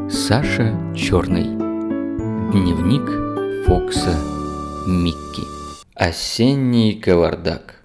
Саша Черный. Дневник Фокса Микки. Осенний кавардак.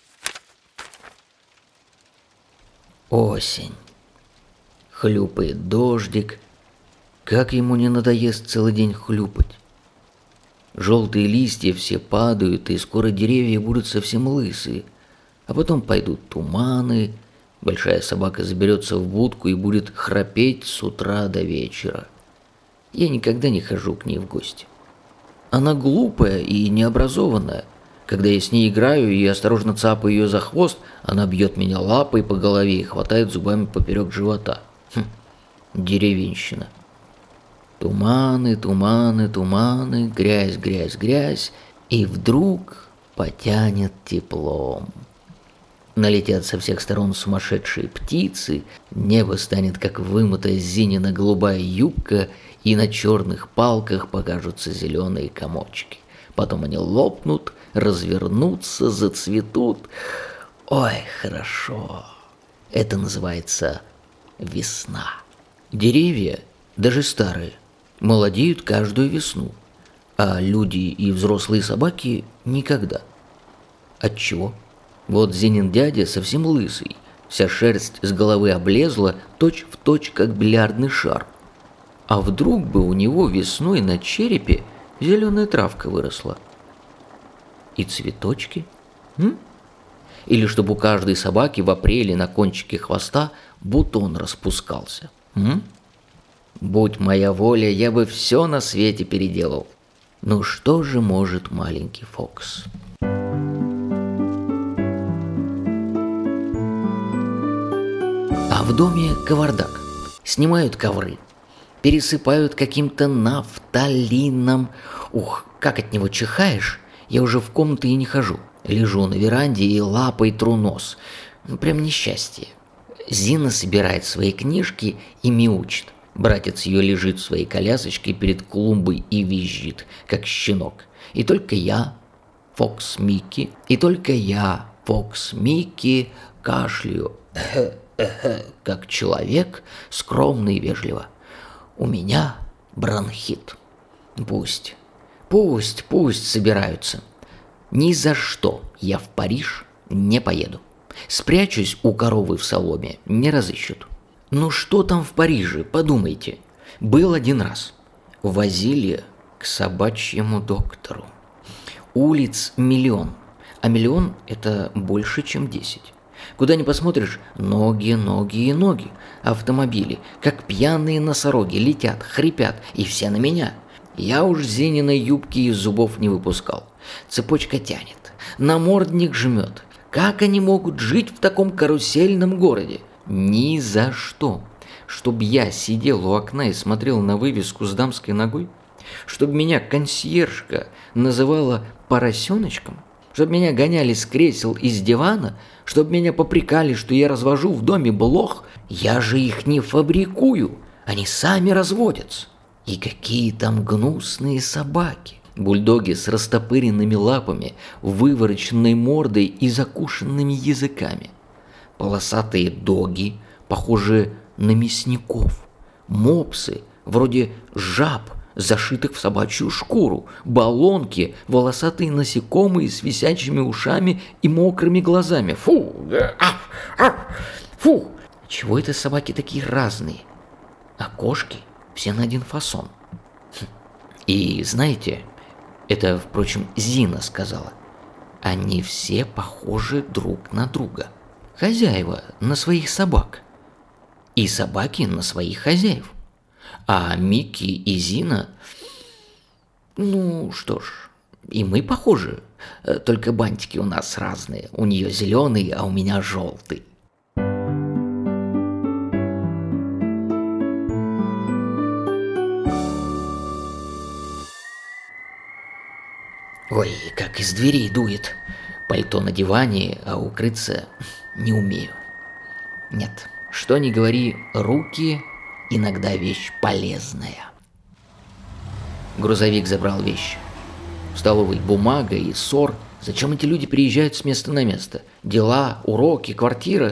Осень. Хлюпает дождик. Как ему не надоест целый день хлюпать? Желтые листья все падают, и скоро деревья будут совсем лысые. А потом пойдут туманы, большая собака заберется в будку и будет храпеть с утра до вечера. Я никогда не хожу к ней в гости. Она глупая и необразованная. Когда я с ней играю и осторожно цапаю ее за хвост, она бьет меня лапой по голове и хватает зубами поперек живота. Деревенщина. Туманы, туманы, туманы, грязь, грязь, грязь, и вдруг потянет теплом. Налетят со всех сторон сумасшедшие птицы, небо станет как вымытая Зинина голубая юбка, и на черных палках покажутся зеленые комочки. Потом они лопнут, развернутся, зацветут. Ой, хорошо. Это называется весна. Деревья, даже старые, молодеют каждую весну, а люди и взрослые собаки никогда. Отчего? Вот Зинин дядя совсем лысый, вся шерсть с головы облезла точь-в-точь, как бильярдный шар. А вдруг бы у него весной на черепе зеленая травка выросла? И цветочки? Или чтобы у каждой собаки в апреле на кончике хвоста бутон распускался? Будь моя воля, я бы все на свете переделал. Ну что же может маленький Фокс? А в доме кавардак. Снимают ковры, пересыпают каким-то нафталином. Ух, как от него чихаешь, я уже в комнаты и не хожу. Лежу на веранде и лапой тру нос. Прям несчастье. Зина собирает свои книжки и мяучит. Братец ее лежит в своей колясочке перед клумбой и визжит, как щенок. И только я, Фокс Микки, кашляю, как человек, скромно и вежливо. У меня бронхит. Пусть собираются. Ни за что я в Париж не поеду. Спрячусь у коровы в соломе, не разыщут. Ну что там в Париже, подумайте. Был один раз. Возили к собачьему доктору. Улиц миллион, а миллион – это больше, чем 10. Куда ни посмотришь, ноги, ноги и ноги. Автомобили, как пьяные носороги, летят, хрипят, и все на меня. Я уж Зининой юбки из зубов не выпускал. Цепочка тянет, намордник жмет. Как они могут жить в таком карусельном городе? Ни за что. Чтоб я сидел у окна и смотрел на вывеску с дамской ногой? Чтоб меня консьержка называла поросеночком? Чтоб меня гоняли с кресел и с дивана? Чтоб меня попрекали, что я развожу в доме блох? Я же их не фабрикую, они сами разводятся. И какие там гнусные собаки. Бульдоги с растопыренными лапами, вывороченной мордой и закушенными языками. Полосатые доги, похожие на мясников. Мопсы, вроде жаб, зашитых в собачью шкуру. Баллонки, волосатые насекомые с висячими ушами и мокрыми глазами. Фу! Чего это собаки такие разные? А кошки все на один фасон. И знаете, это, впрочем, Зина сказала, они все похожи друг на друга. Хозяева на своих собак. И собаки на своих хозяев. А Микки и Зина, ну что ж, и мы похожи. Только бантики у нас разные. У нее зеленый, а у меня желтый. Ой, как из дверей дует. Пальто на диване, а укрыться не умею. Нет, что ни говори, руки иногда вещь полезная. Грузовик забрал вещи. В столовой бумага и ссор. Зачем эти люди переезжают с места на место? Дела, уроки, квартира.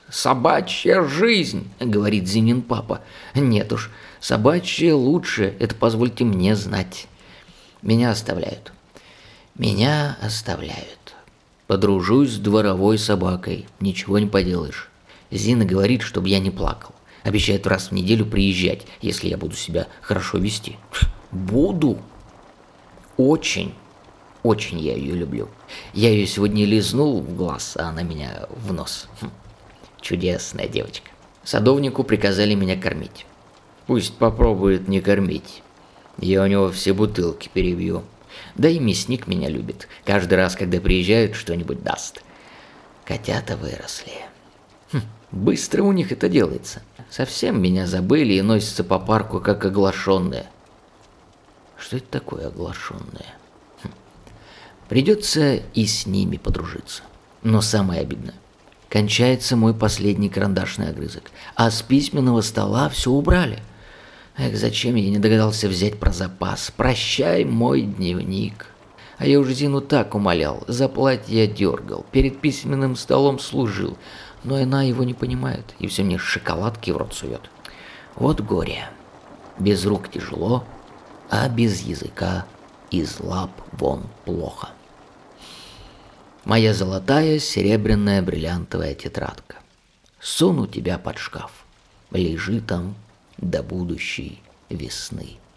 «Собачья жизнь», — говорит Зинин папа. «Нет уж, собачья лучше, это позвольте мне знать». Меня оставляют. Меня оставляют. Подружусь с дворовой собакой, ничего не поделаешь. Зина говорит, чтобы я не плакал. Обещает раз в неделю приезжать, если я буду себя хорошо вести. Буду. Очень я ее люблю. Я ее сегодня лизнул в глаз, а она меня в нос. Чудесная девочка. Садовнику приказали меня кормить. Пусть попробует не кормить. Я у него все бутылки перебью. Да и мясник меня любит. Каждый раз, когда приезжают, что-нибудь даст. Котята выросли. Быстро у них это делается. Совсем меня забыли и носятся по парку, как оглашенные. Что это такое оглашенные? Придется и с ними подружиться. Но самое обидное. Кончается мой последний карандашный огрызок, а с письменного стола все убрали. Эх, зачем я не догадался взять про запас? Прощай, мой дневник. А я уже Зину так умолял, за платье я дергал, перед письменным столом служил. Но она его не понимает и все мне шоколадки в рот сует. Вот горе. Без рук тяжело, а без языка из лап вон плохо. Моя золотая серебряная бриллиантовая тетрадка. Суну тебя под шкаф. Лежи там до будущей весны.